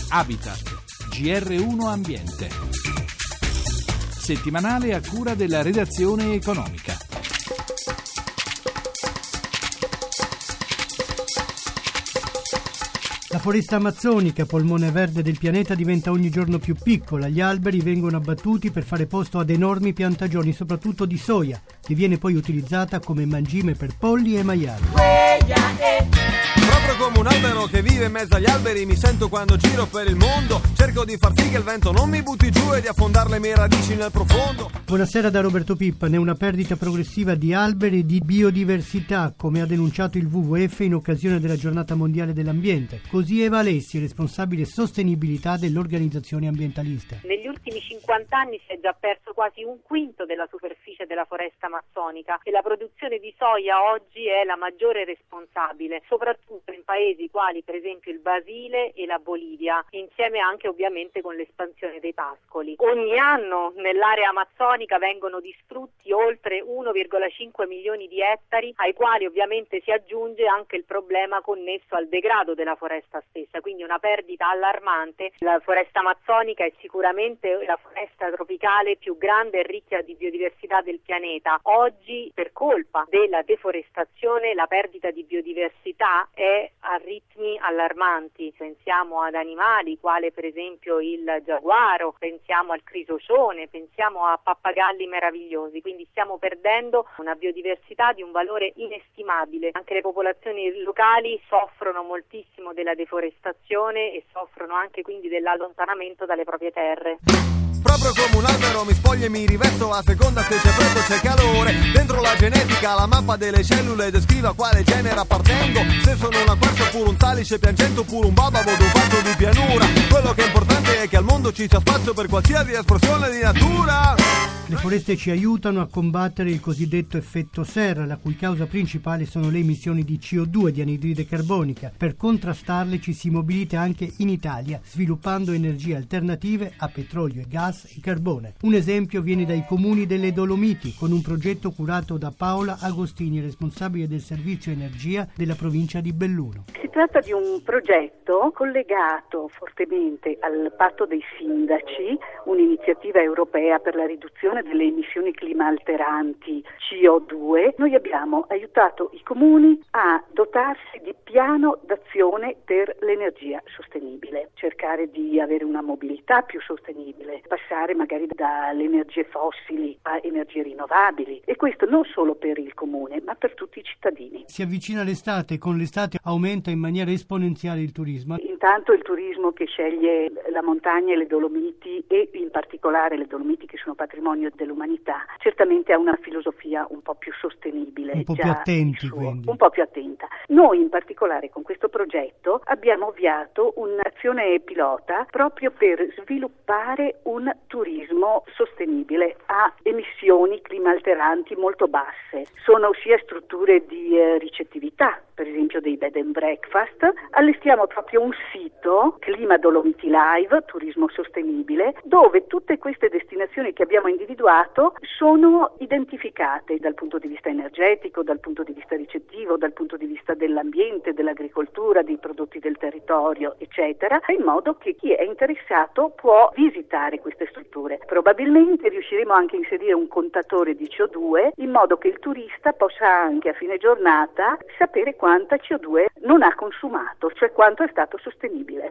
Habitat, GR1 Ambiente. Settimanale a cura della redazione economica. La foresta amazzonica, polmone verde del pianeta, diventa ogni giorno più piccola. Gli alberi vengono abbattuti per fare posto ad enormi piantagioni, soprattutto di soia, che viene poi utilizzata come mangime per polli e maiali. Proprio come un albero che vive in mezzo agli alberi mi sento quando giro per il mondo. Cerco di far sì che il vento non mi butti giù e di affondare le mie radici nel profondo. Buonasera da Roberto Pippa. È una perdita progressiva di alberi e di biodiversità, come ha denunciato il WWF in occasione della Giornata Mondiale dell'Ambiente. Così Eva Alessi, responsabile sostenibilità dell'organizzazione ambientalista. Negli ultimi 50 anni si è già perso quasi un quinto della superficie della foresta amazzonica e la produzione di soia oggi è la maggiore responsabile, soprattutto in paesi quali per esempio il Brasile e la Bolivia, insieme anche ovviamente con l'espansione dei pascoli. Ogni anno nell'area amazzonica vengono distrutti oltre 1,5 milioni di ettari, ai quali ovviamente si aggiunge anche il problema connesso al degrado della foresta stessa, quindi una perdita allarmante. La foresta amazzonica è sicuramente la foresta tropicale più grande e ricca di biodiversità del pianeta. Oggi, per colpa della deforestazione, la perdita di biodiversità è a ritmi allarmanti. Pensiamo ad animali quale per esempio il giaguaro, pensiamo al crisocione, pensiamo a pappagalli meravigliosi, quindi stiamo perdendo una biodiversità di un valore inestimabile. Anche le popolazioni locali soffrono moltissimo della deforestazione e soffrono anche quindi dell'allontanamento dalle proprie terre. Proprio come un albero mi spoglio e mi rivesto a seconda se c'è freddo o c'è calore. Dentro la genetica, la mappa delle cellule descrive a quale genere appartengo. Se sono una quercia oppure un salice piangente oppure un bababo d'un fatto di pianura. Quello che è importante è che al mondo ci sia spazio per qualsiasi espressione di natura. Le foreste ci aiutano a combattere il cosiddetto effetto serra, la cui causa principale sono le emissioni di CO2, di anidride carbonica. Per contrastarle ci si mobilita anche in Italia, sviluppando energie alternative a petrolio e gas e carbone. Un esempio viene dai comuni delle Dolomiti, con un progetto curato da Paola Agostini, responsabile del servizio energia della provincia di Belluno. Si tratta di un progetto collegato fortemente al patto dei sindaci, un'iniziativa europea per la riduzione delle emissioni climalteranti CO2. Noi abbiamo aiutato i comuni a dotarsi di piano d'azione per l'energia sostenibile, cercare di avere una mobilità più sostenibile, passare magari dalle energie fossili a energie rinnovabili, e questo non solo per il comune ma per tutti i cittadini. Si avvicina l'estate e con l'estate aumenta in maniera esponenziale il turismo. Intanto il turismo che sceglie la montagna e le Dolomiti, e in particolare le Dolomiti che sono patrimonio dell'umanità, certamente ha una filosofia un po' più sostenibile, un po' più attenti, quindi. Un po' più attenta. Noi in particolare con questo progetto abbiamo avviato un'azione pilota proprio per sviluppare un turismo sostenibile a emissioni climalteranti molto basse. Sono sia strutture di ricettività, per esempio dei bed and breakfast. Allestiamo proprio un sito, Clima Dolomiti Live, turismo sostenibile, dove tutte queste destinazioni che abbiamo individuato sono identificate dal punto di vista energetico, dal punto di vista ricettivo, dal punto di vista dell'ambiente, dell'agricoltura, dei prodotti del territorio, eccetera, in modo che chi è interessato può visitare queste strutture. Probabilmente riusciremo anche a inserire un contatore di CO2 in modo che il turista possa anche a fine giornata sapere quanta CO2 non ha consumato, cioè quanto è stato sostenibile.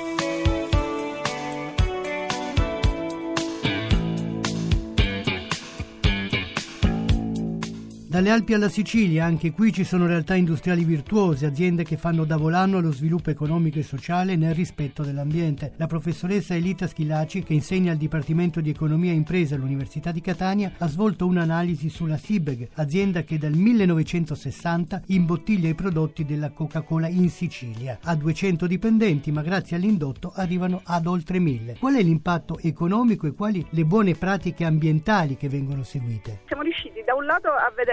Dalle Alpi alla Sicilia, anche qui ci sono realtà industriali virtuose, aziende che fanno da volano allo sviluppo economico e sociale nel rispetto dell'ambiente. La professoressa Elita Schillaci, che insegna al Dipartimento di Economia e Impresa all'Università di Catania, ha svolto un'analisi sulla Sibeg, azienda che dal 1960 imbottiglia i prodotti della Coca-Cola in Sicilia. Ha 200 dipendenti, ma grazie all'indotto arrivano ad oltre 1000. Qual è l'impatto economico e quali le buone pratiche ambientali che vengono seguite? Siamo riusciti da un lato a vedere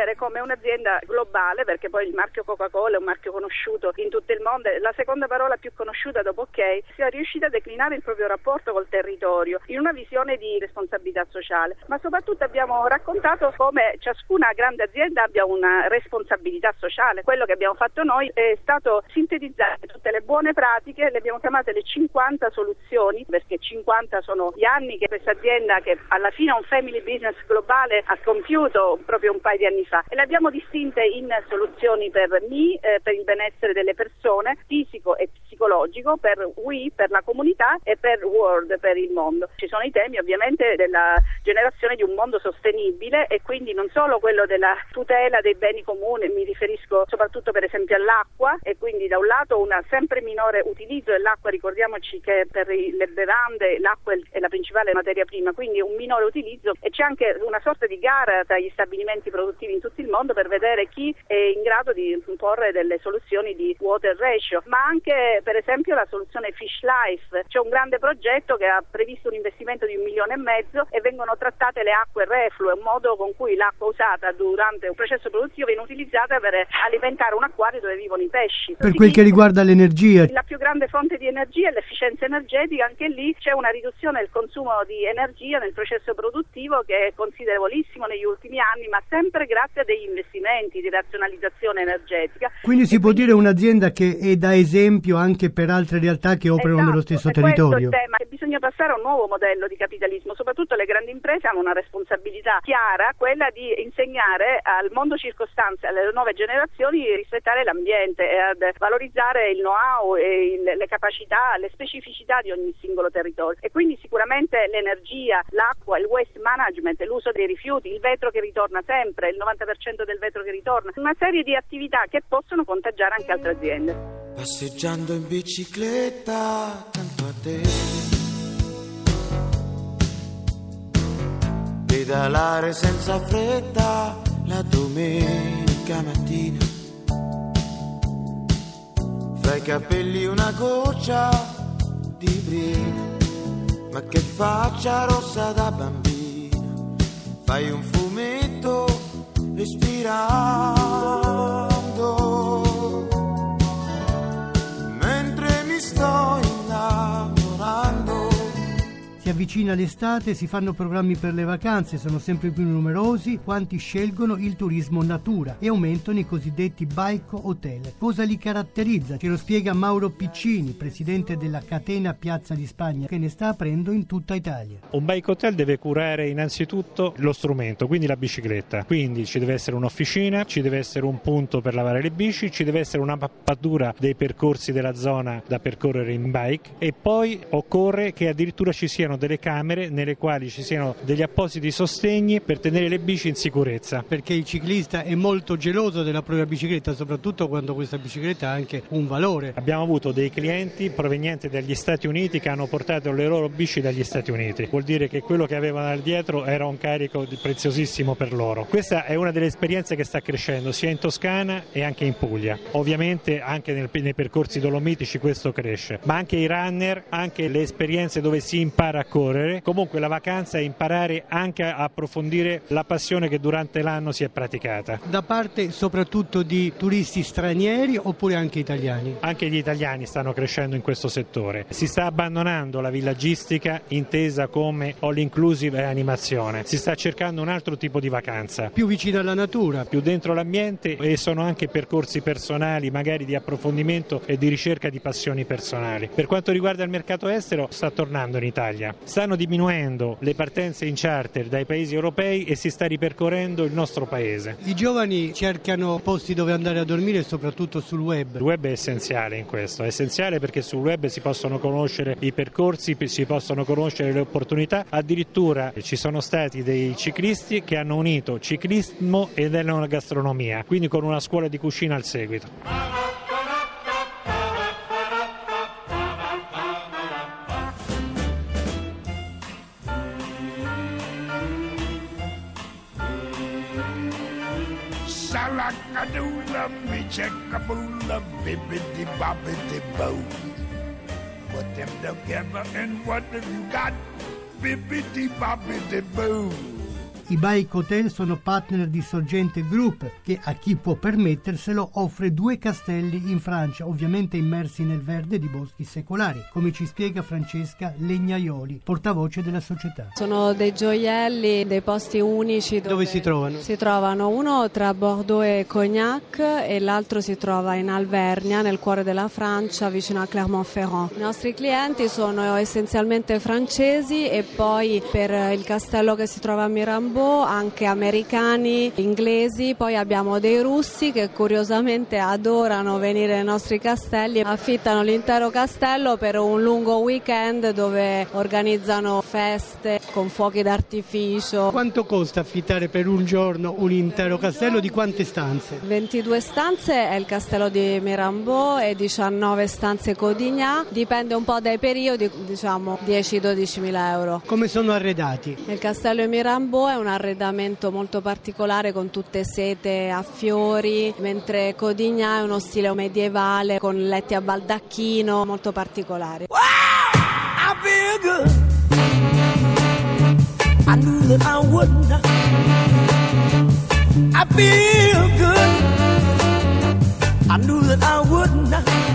presentare come un'azienda globale, perché poi il marchio Coca-Cola è un marchio conosciuto in tutto il mondo, la seconda parola più conosciuta dopo OK, sia riuscita a declinare il proprio rapporto col territorio in una visione di responsabilità sociale, ma soprattutto abbiamo raccontato come ciascuna grande azienda abbia una responsabilità sociale. Quello che abbiamo fatto noi è stato sintetizzare tutte le buone pratiche, le abbiamo chiamate le 50 soluzioni, perché 50 sono gli anni che questa azienda, che alla fine è un family business globale, ha compiuto proprio un paio di anni fa, e le abbiamo distinte in soluzioni per per il benessere delle persone, fisico e psicologico, per we, per la comunità, e per world, per il mondo. Ci sono i temi ovviamente della generazione di un mondo sostenibile, e quindi non solo quello della tutela dei beni comuni, mi riferisco soprattutto per esempio all'acqua, e quindi da un lato un sempre minore utilizzo dell'acqua, ricordiamoci che per le bevande l'acqua è la principale materia prima, quindi un minore utilizzo, e c'è anche una sorta di gara tra gli stabilimenti produttivi in tutto il mondo per vedere chi è in grado di imporre delle soluzioni di water ratio, ma anche per esempio la soluzione Fish Life. C'è un grande progetto che ha previsto un investimento di 1,5 milioni e vengono trattate le acque reflue, un modo con cui l'acqua usata durante un processo produttivo viene utilizzata per alimentare un acquario dove vivono i pesci. Per quel che riguarda l'energia, la più grande fonte di energia è l'efficienza energetica, anche lì c'è una riduzione del consumo di energia nel processo produttivo che è considerevolissimo negli ultimi anni, ma sempre grazie a degli investimenti di razionalizzazione energetica. Quindi si può dire un'azienda che è da esempio anche per altre realtà che operano nello stesso territorio. Questo è il tema, che bisogna passare a un nuovo modello di capitalismo, soprattutto le grandi imprese hanno una responsabilità chiara, quella di insegnare al mondo circostante, alle nuove generazioni, di rispettare l'ambiente e ad valorizzare il know-how e le capacità, le specificità di ogni singolo territorio. E quindi sicuramente l'energia, l'acqua, il waste management, l'uso dei rifiuti, il vetro che ritorna sempre, il 90% del vetro che ritorna, una serie di attività che possono contagiare anche altre aziende. Passeggiando in bicicletta accanto a te, pedalare senza fretta la domenica mattina, fra i capelli una goccia di brina, ma che faccia rossa da bambina, fai un fumetto respirando, mentre mi sto innamorando. Si avvicina l'estate, si fanno programmi per le vacanze, sono sempre più numerosi quanti scelgono il turismo natura e aumentano i cosiddetti bike hotel. Cosa li caratterizza? Ce lo spiega Mauro Piccini, presidente della catena Piazza di Spagna, che ne sta aprendo in tutta Italia. Un bike hotel deve curare innanzitutto lo strumento, quindi la bicicletta. Quindi ci deve essere un'officina, ci deve essere un punto per lavare le bici, ci deve essere una mappatura dei percorsi della zona da percorrere in bike, e poi occorre che addirittura ci siano delle camere nelle quali ci siano degli appositi sostegni per tenere le bici in sicurezza. Perché il ciclista è molto geloso della propria bicicletta, soprattutto quando questa bicicletta ha anche un valore. Abbiamo avuto dei clienti provenienti dagli Stati Uniti che hanno portato le loro bici dagli Stati Uniti. Vuol dire che quello che avevano al dietro era un carico preziosissimo per loro. Questa è una delle esperienze che sta crescendo sia in Toscana e anche in Puglia. Ovviamente anche nei percorsi dolomitici questo cresce, ma anche i runner, anche le esperienze dove si impara a correre. Comunque la vacanza è imparare anche a approfondire la passione che durante l'anno si è praticata. Da parte soprattutto di turisti stranieri oppure anche italiani? Anche gli italiani stanno crescendo in questo settore. Si sta abbandonando la villaggistica intesa come all inclusive e animazione. Si sta cercando un altro tipo di vacanza. Più vicina alla natura. Più dentro l'ambiente, e sono anche percorsi personali, magari di approfondimento e di ricerca di passioni personali. Per quanto riguarda il mercato estero, sta tornando in Italia. Stanno diminuendo le partenze in charter dai paesi europei e si sta ripercorrendo il nostro paese. I giovani cercano posti dove andare a dormire soprattutto sul web. Il web è essenziale in questo, è essenziale perché sul web si possono conoscere i percorsi, si possono conoscere le opportunità. Addirittura ci sono stati dei ciclisti che hanno unito ciclismo ed enogastronomia, quindi con una scuola di cucina al seguito. Salakadoola, me checkaboola, bibbidi bobbidi boo. Put them together and what have you got? Bibbidi bobbidi boo. I Bike Hotel sono partner di Sorgente Group, che a chi può permetterselo offre 2 castelli in Francia, ovviamente immersi nel verde di boschi secolari, come ci spiega Francesca Legnaioli, portavoce della società. Sono dei gioielli, dei posti unici. Dove si trovano? Si trovano uno tra Bordeaux e Cognac e l'altro si trova in Alvernia, nel cuore della Francia, vicino a Clermont-Ferrand. I nostri clienti sono essenzialmente francesi e poi per il castello che si trova a Mirambeau anche americani, inglesi, poi abbiamo dei russi che curiosamente adorano venire nei nostri castelli, affittano l'intero castello per un lungo weekend dove organizzano feste con fuochi d'artificio. Quanto costa affittare per un giorno un intero castello? Di quante stanze? 22 stanze è il castello di Mirambeau e 19 stanze Codignac, dipende un po' dai periodi, diciamo 10-12 mila euro. Come sono arredati? Il castello di Mirambeau è un arredamento molto particolare con tutte sete a fiori, mentre Codignac è uno stile medievale con letti a baldacchino molto particolari. Wow, I feel good. I knew that I wouldn't. I feel good. I knew that I wouldn't.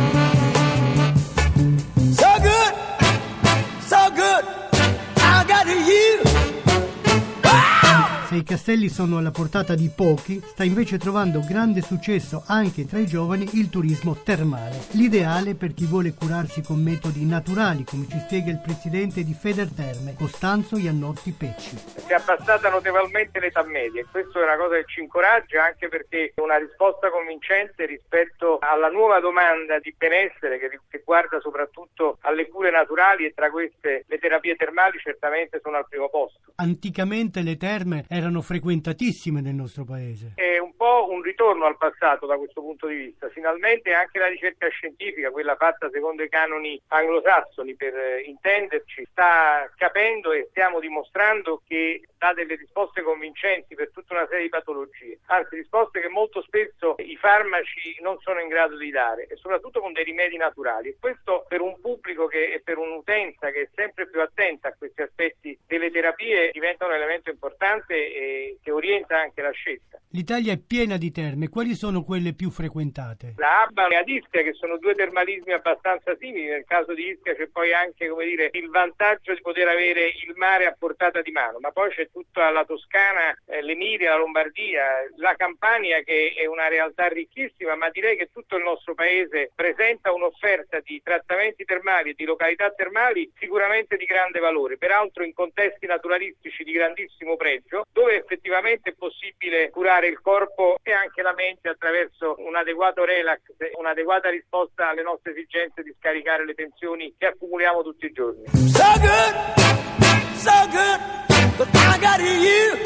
So good, so good. I got you. Se i castelli sono alla portata di pochi, sta invece trovando grande successo anche tra i giovani il turismo termale, l'ideale per chi vuole curarsi con metodi naturali, come ci spiega il presidente di Federterme, Costanzo Iannotti Pecci. Si è abbassata notevolmente l'età media e questo è una cosa che ci incoraggia, anche perché è una risposta convincente rispetto alla nuova domanda di benessere che guarda soprattutto alle cure naturali, e tra queste le terapie termali certamente sono al primo posto. Anticamente le terme erano frequentatissime nel nostro paese. È un po' un ritorno al passato da questo punto di vista. Finalmente anche la ricerca scientifica, quella fatta secondo i canoni anglosassoni per intenderci, sta capendo e stiamo dimostrando che dà delle risposte convincenti per tutta una serie di patologie, anzi risposte che molto spesso i farmaci non sono in grado di dare, e soprattutto con dei rimedi naturali. E questo per un pubblico e per un'utenza che è sempre più attenta a questi aspetti delle terapie diventa un elemento importante e che orienta anche la scelta. L'Italia è piena di terme, quali sono quelle più frequentate? La Abba e ad Ischia, che sono 2 termalismi abbastanza simili. Nel caso di Ischia c'è poi anche, il vantaggio di poter avere il mare a portata di mano, ma poi c'è tutta la Toscana, l'Emilia, la Lombardia, la Campania, che è una realtà ricchissima, ma direi che tutto il nostro paese presenta un'offerta di trattamenti termali e di località termali sicuramente di grande valore, peraltro in contesti naturalistici di grandissimo pregio, dove effettivamente è possibile curare il corpo e anche la mente attraverso un adeguato relax, un'adeguata risposta alle nostre esigenze di scaricare le tensioni che accumuliamo tutti i giorni. So good, but I got you.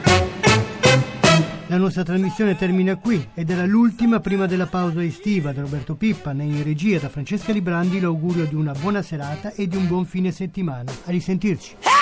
La nostra trasmissione termina qui ed era l'ultima prima della pausa estiva. Da Roberto Pippan e in regia da Francesca Librandi l'augurio di una buona serata e di un buon fine settimana. A risentirci.